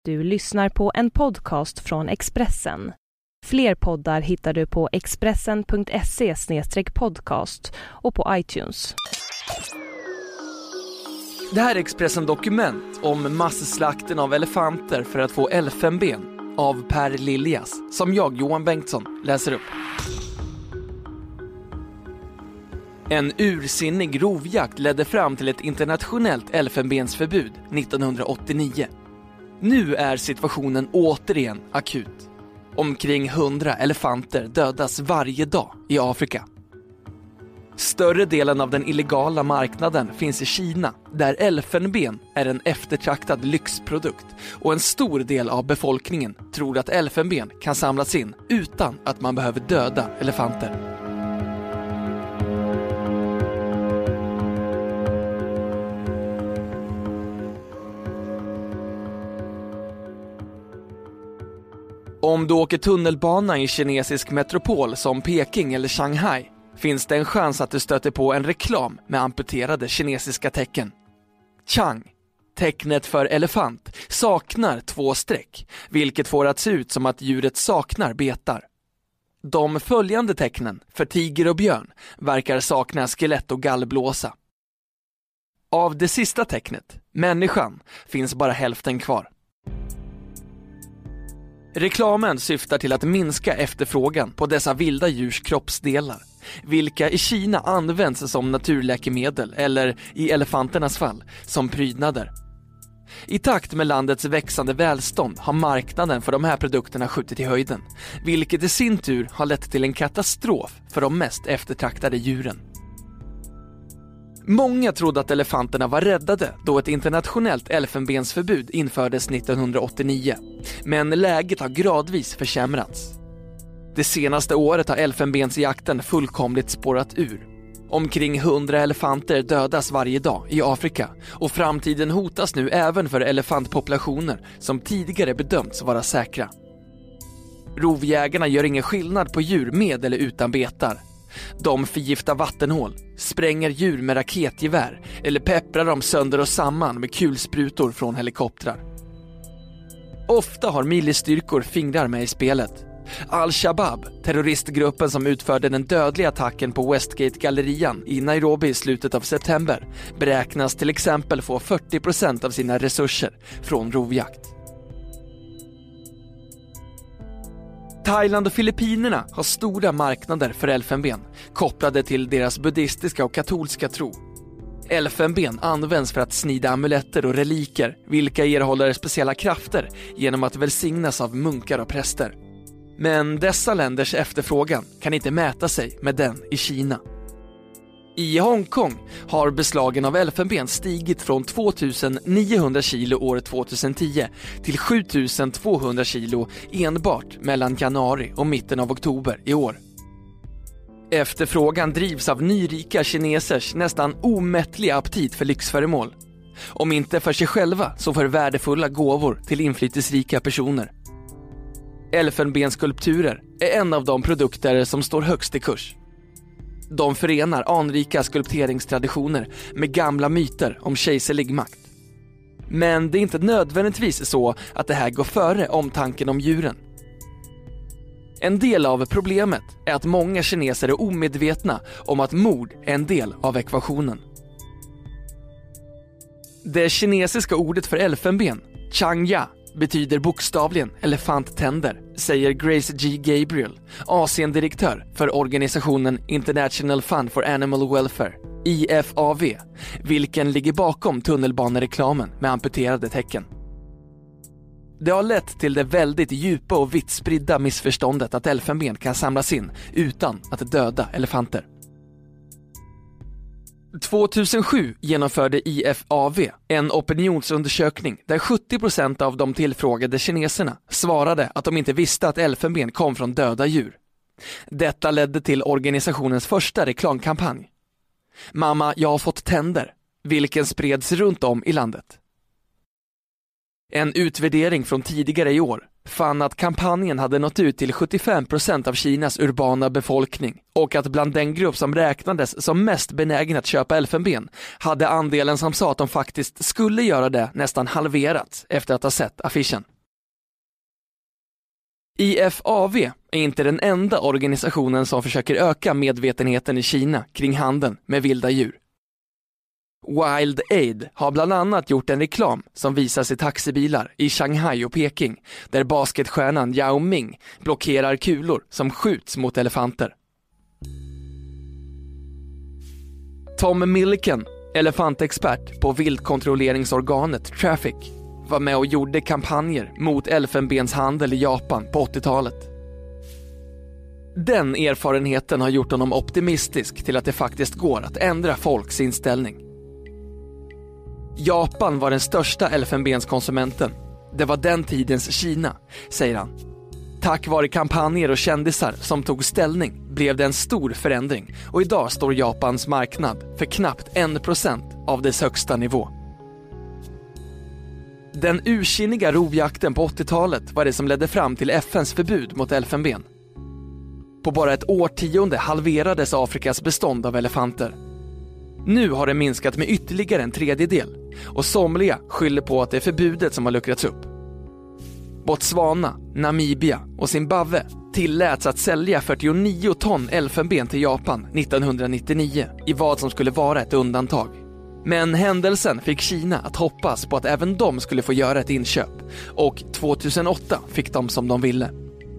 Du lyssnar på en podcast från Expressen. Fler poddar hittar du på expressen.se/podcast och på iTunes. Det här är Expressen Dokument om masslakten av elefanter för att få elfenben av Per Liljas, som jag, Johan Bengtsson, läser upp. En ursinnig rovjakt ledde fram till ett internationellt elfenbensförbud 1989. Nu är situationen återigen akut. Omkring 100 elefanter dödas varje dag i Afrika. Större delen av den illegala marknaden finns i Kina, där elfenben är en eftertraktad lyxprodukt, och en stor del av befolkningen tror att elfenben kan samlas in utan att man behöver döda elefanter. Om du åker tunnelbana i kinesisk metropol som Peking eller Shanghai finns det en chans att du stöter på en reklam med amputerade kinesiska tecken. Chang, tecknet för elefant, saknar 2 streck, vilket får att se ut som att djuret saknar betar. De följande tecknen, för tiger och björn, verkar sakna skelett och gallblåsa. Av det sista tecknet, människan, finns bara hälften kvar. Reklamen syftar till att minska efterfrågan på dessa vilda djurs kroppsdelar, vilka i Kina används som naturläkemedel eller, i elefanternas fall, som prydnader. I takt med landets växande välstånd har marknaden för de här produkterna skjutit i höjden, vilket i sin tur har lett till en katastrof för de mest eftertraktade djuren. Många trodde att elefanterna var räddade då ett internationellt elfenbensförbud infördes 1989, men läget har gradvis försämrats. Det senaste året har elfenbensjakten fullkomligt spårat ur. Omkring 100 elefanter dödas varje dag i Afrika, och framtiden hotas nu även för elefantpopulationer som tidigare bedömts vara säkra. Rovjägarna gör ingen skillnad på djur med eller utan betar. De förgiftar vattenhål, spränger djur med raketgevär eller pepprar dem sönder och samman med kulsprutor från helikoptrar. Ofta har milistyrkor fingrar med i spelet. Al-Shabaab, terroristgruppen som utförde den dödliga attacken på Westgate-gallerian i Nairobi i slutet av september, beräknas till exempel få 40% av sina resurser från rovjakt. Thailand och Filippinerna har stora marknader för elfenben, kopplade till deras buddhistiska och katolska tro. Elfenben används för att snida amuletter och reliker, vilka erhåller speciella krafter genom att välsignas av munkar och präster. Men dessa länders efterfrågan kan inte mäta sig med den i Kina. I Hongkong har beslagen av elfenben stigit från 2900 kilo år 2010 till 7200 kilo enbart mellan januari och mitten av oktober i år. Efterfrågan drivs av nyrika kinesers nästan omättliga aptit för lyxföremål. Om inte för sig själva så för värdefulla gåvor till inflytelserika personer. Elfenbenskulpturer är en av de produkter som står högst i kurs. De förenar anrika skulpteringstraditioner med gamla myter om kejserlig makt. Men det är inte nödvändigtvis så att det här går före omtanken om djuren. En del av problemet är att många kineser är omedvetna om att mord är en del av ekvationen. Det kinesiska ordet för elfenben, Changya, betyder bokstavligen elefanttänder, säger Grace G. Gabriel, Asiendirektör för organisationen International Fund for Animal Welfare, IFAW, vilken ligger bakom tunnelbanereklamen med amputerade tecken. Det har lett till det väldigt djupa och vitt spridda missförståndet att elfenben kan samlas in utan att döda elefanter. 2007 genomförde IFAW en opinionsundersökning där 70% av de tillfrågade kineserna svarade att de inte visste att elfenben kom från döda djur. Detta ledde till organisationens första reklamkampanj. Mamma, jag har fått tänder, vilken spreds runt om i landet. En utvärdering från tidigare i år, fann att kampanjen hade nått ut till 75% av Kinas urbana befolkning och att bland den grupp som räknades som mest benägen att köpa elfenben hade andelen som sa att de faktiskt skulle göra det nästan halverats efter att ha sett affischen. IFAV är inte den enda organisationen som försöker öka medvetenheten i Kina kring handeln med vilda djur. Wild Aid har bland annat gjort en reklam som visas i taxibilar i Shanghai och Peking, där basketstjärnan Yao Ming blockerar kulor som skjuts mot elefanter. Tom Milliken, elefantexpert på vildkontrolleringsorganet Traffic, var med och gjorde kampanjer mot elfenbenshandel i Japan på 80-talet. Den erfarenheten har gjort honom optimistisk till att det faktiskt går att ändra folks inställning. Japan var den största elfenbenskonsumenten. Det var den tidens Kina, säger han. Tack vare kampanjer och kändisar som tog ställning blev det en stor förändring och idag står Japans marknad för knappt 1% av dess högsta nivå. Den ursinniga rovjakten på 80-talet var det som ledde fram till FNs förbud mot elfenben. På bara ett årtionde halverades Afrikas bestånd av elefanter. Nu har det minskat med ytterligare en tredjedel och somliga skyller på att det är förbudet som har luckrats upp. Botswana, Namibia och Zimbabwe tilläts att sälja 49 ton elfenben till Japan 1999 i vad som skulle vara ett undantag. Men händelsen fick Kina att hoppas på att även de skulle få göra ett inköp och 2008 fick de som de ville.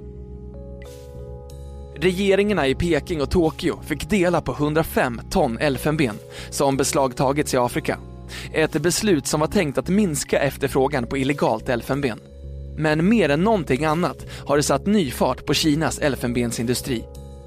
Regeringarna i Peking och Tokyo fick dela på 105 ton elfenben som beslagtagits i Afrika. Ett beslut som var tänkt att minska efterfrågan på illegalt elfenben. Men mer än någonting annat har det satt ny fart på Kinas elfenbensindustri.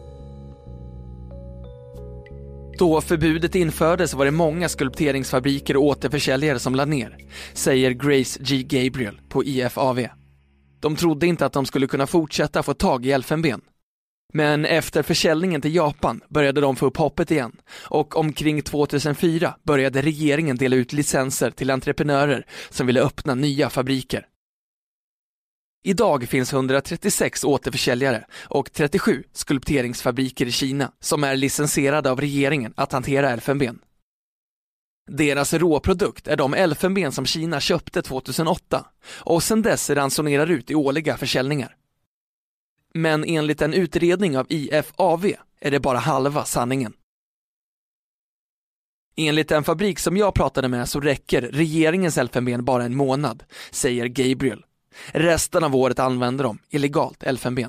Då förbudet infördes var det många skulpteringsfabriker och återförsäljare som lade ner, säger Grace G. Gabriel på IFAV. De trodde inte att de skulle kunna fortsätta få tag i elfenben. Men efter försäljningen till Japan började de få upp hoppet igen och omkring 2004 började regeringen dela ut licenser till entreprenörer som ville öppna nya fabriker. Idag finns 136 återförsäljare och 37 skulpteringsfabriker i Kina som är licensierade av regeringen att hantera elfenben. Deras råprodukt är de elfenben som Kina köpte 2008 och sedan dess ransonerar ut i årliga försäljningar. Men enligt en utredning av IFAV är det bara halva sanningen. Enligt en fabrik som jag pratade med så räcker regeringens elfenben bara en månad, säger Gabriel. Resten av året använder de illegalt elfenben.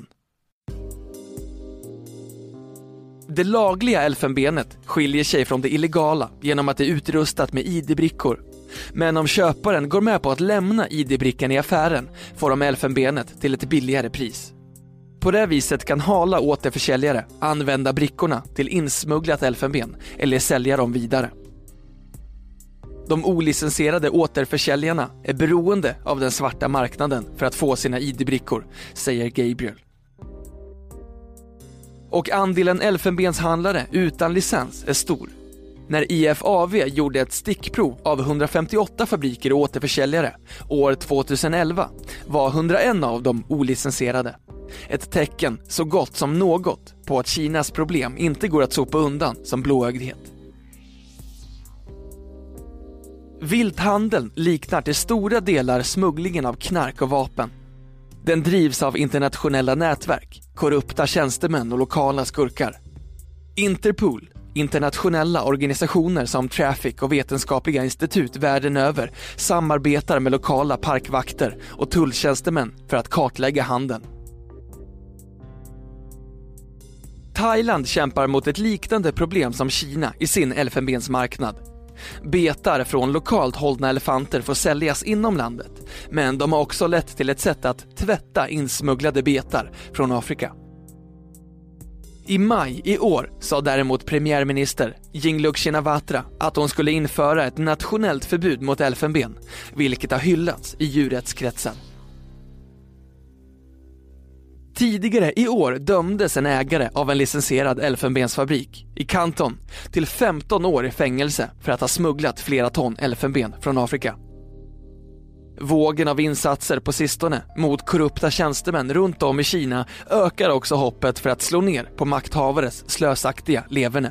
Det lagliga elfenbenet skiljer sig från det illegala genom att det är utrustat med ID-brickor. Men om köparen går med på att lämna ID-brickan i affären får de elfenbenet till ett billigare pris. På det viset kan hala återförsäljare använda brickorna till insmugglat elfenben eller sälja dem vidare. De olicensierade återförsäljarna är beroende av den svarta marknaden för att få sina ID-brickor, säger Gabriel. Och andelen elfenbenshandlare utan licens är stor. När IFAV gjorde ett stickprov av 158 fabriker och återförsäljare år 2011 var 101 av dem olicensierade. Ett tecken så gott som något på att Kinas problem inte går att sopa undan som blåögdhet. Vilthandeln liknar till stora delar smugglingen av knark och vapen. Den drivs av internationella nätverk, korrupta tjänstemän och lokala skurkar. Interpol, internationella organisationer som Traffic och vetenskapliga institut världen över samarbetar med lokala parkvakter och tulltjänstemän för att kartlägga handeln. Thailand kämpar mot ett liknande problem som Kina i sin elfenbensmarknad. Betar från lokalt hållna elefanter får säljas inom landet, men de har också lett till ett sätt att tvätta insmugglade betar från Afrika. I maj i år sa däremot premiärminister Yingluck Shinawatra att hon skulle införa ett nationellt förbud mot elfenben, vilket har hyllats i djurrättskretsar. Tidigare i år dömdes en ägare av en licensierad elfenbensfabrik i Kanton till 15 år i fängelse för att ha smugglat flera ton elfenben från Afrika. Vågen av insatser på sistone mot korrupta tjänstemän runt om i Kina ökar också hoppet för att slå ner på makthavares slösaktiga leverne.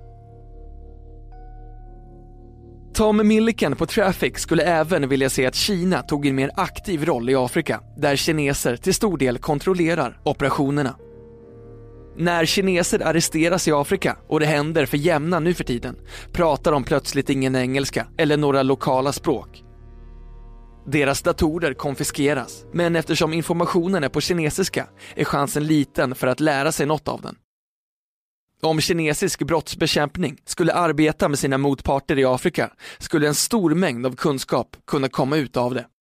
Tom Milliken på Traffic skulle även vilja se att Kina tog en mer aktiv roll i Afrika, där kineser till stor del kontrollerar operationerna. När kineser arresteras i Afrika, och det händer för jämna nu för tiden, pratar de plötsligt ingen engelska eller några lokala språk. Deras datorer konfiskeras, men eftersom informationen är på kinesiska är chansen liten för att lära sig något av den. Om kinesisk brottsbekämpning skulle arbeta med sina motparter i Afrika skulle en stor mängd av kunskap kunna komma ut av det.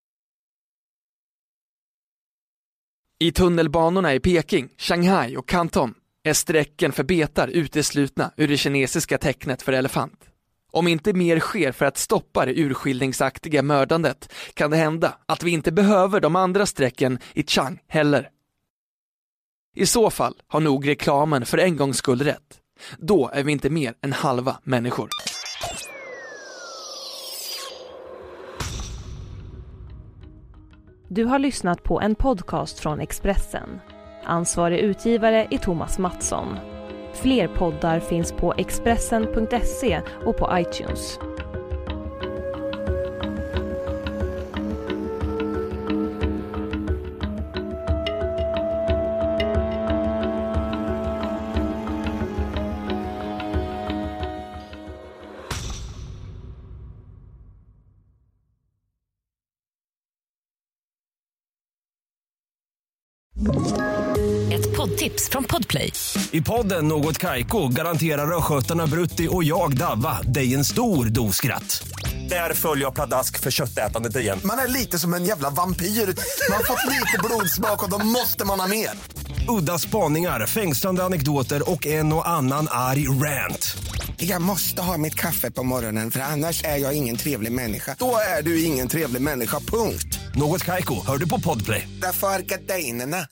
I tunnelbanorna i Peking, Shanghai och Kanton är strecken för betar uteslutna ur det kinesiska tecknet för elefant. Om inte mer sker för att stoppa det urskiljningsaktiga mördandet kan det hända att vi inte behöver de andra strecken i Chang heller. I så fall har nog reklamen för en gångs skull rätt. Då är vi inte mer än halva människor. Du har lyssnat på en podcast från Expressen. Ansvarig utgivare är Thomas Mattsson. Fler poddar finns på Expressen.se och på iTunes. Ett poddtips från Podplay. I podden Något Kaiko garanterar röskötarna Brutti och jag Davva dig en stor doskratt. Där följer jag pladask för köttätandet igen. Man är lite som en jävla vampyr. Man har fått lite blodsmak och då måste man ha mer. Udda spaningar, fängslande anekdoter och en och annan arg rant. Jag måste ha mitt kaffe på morgonen för annars är jag ingen trevlig människa. Då är du ingen trevlig människa, punkt. Något Kaiko, hör du på Podplay. Därför är gardinerna.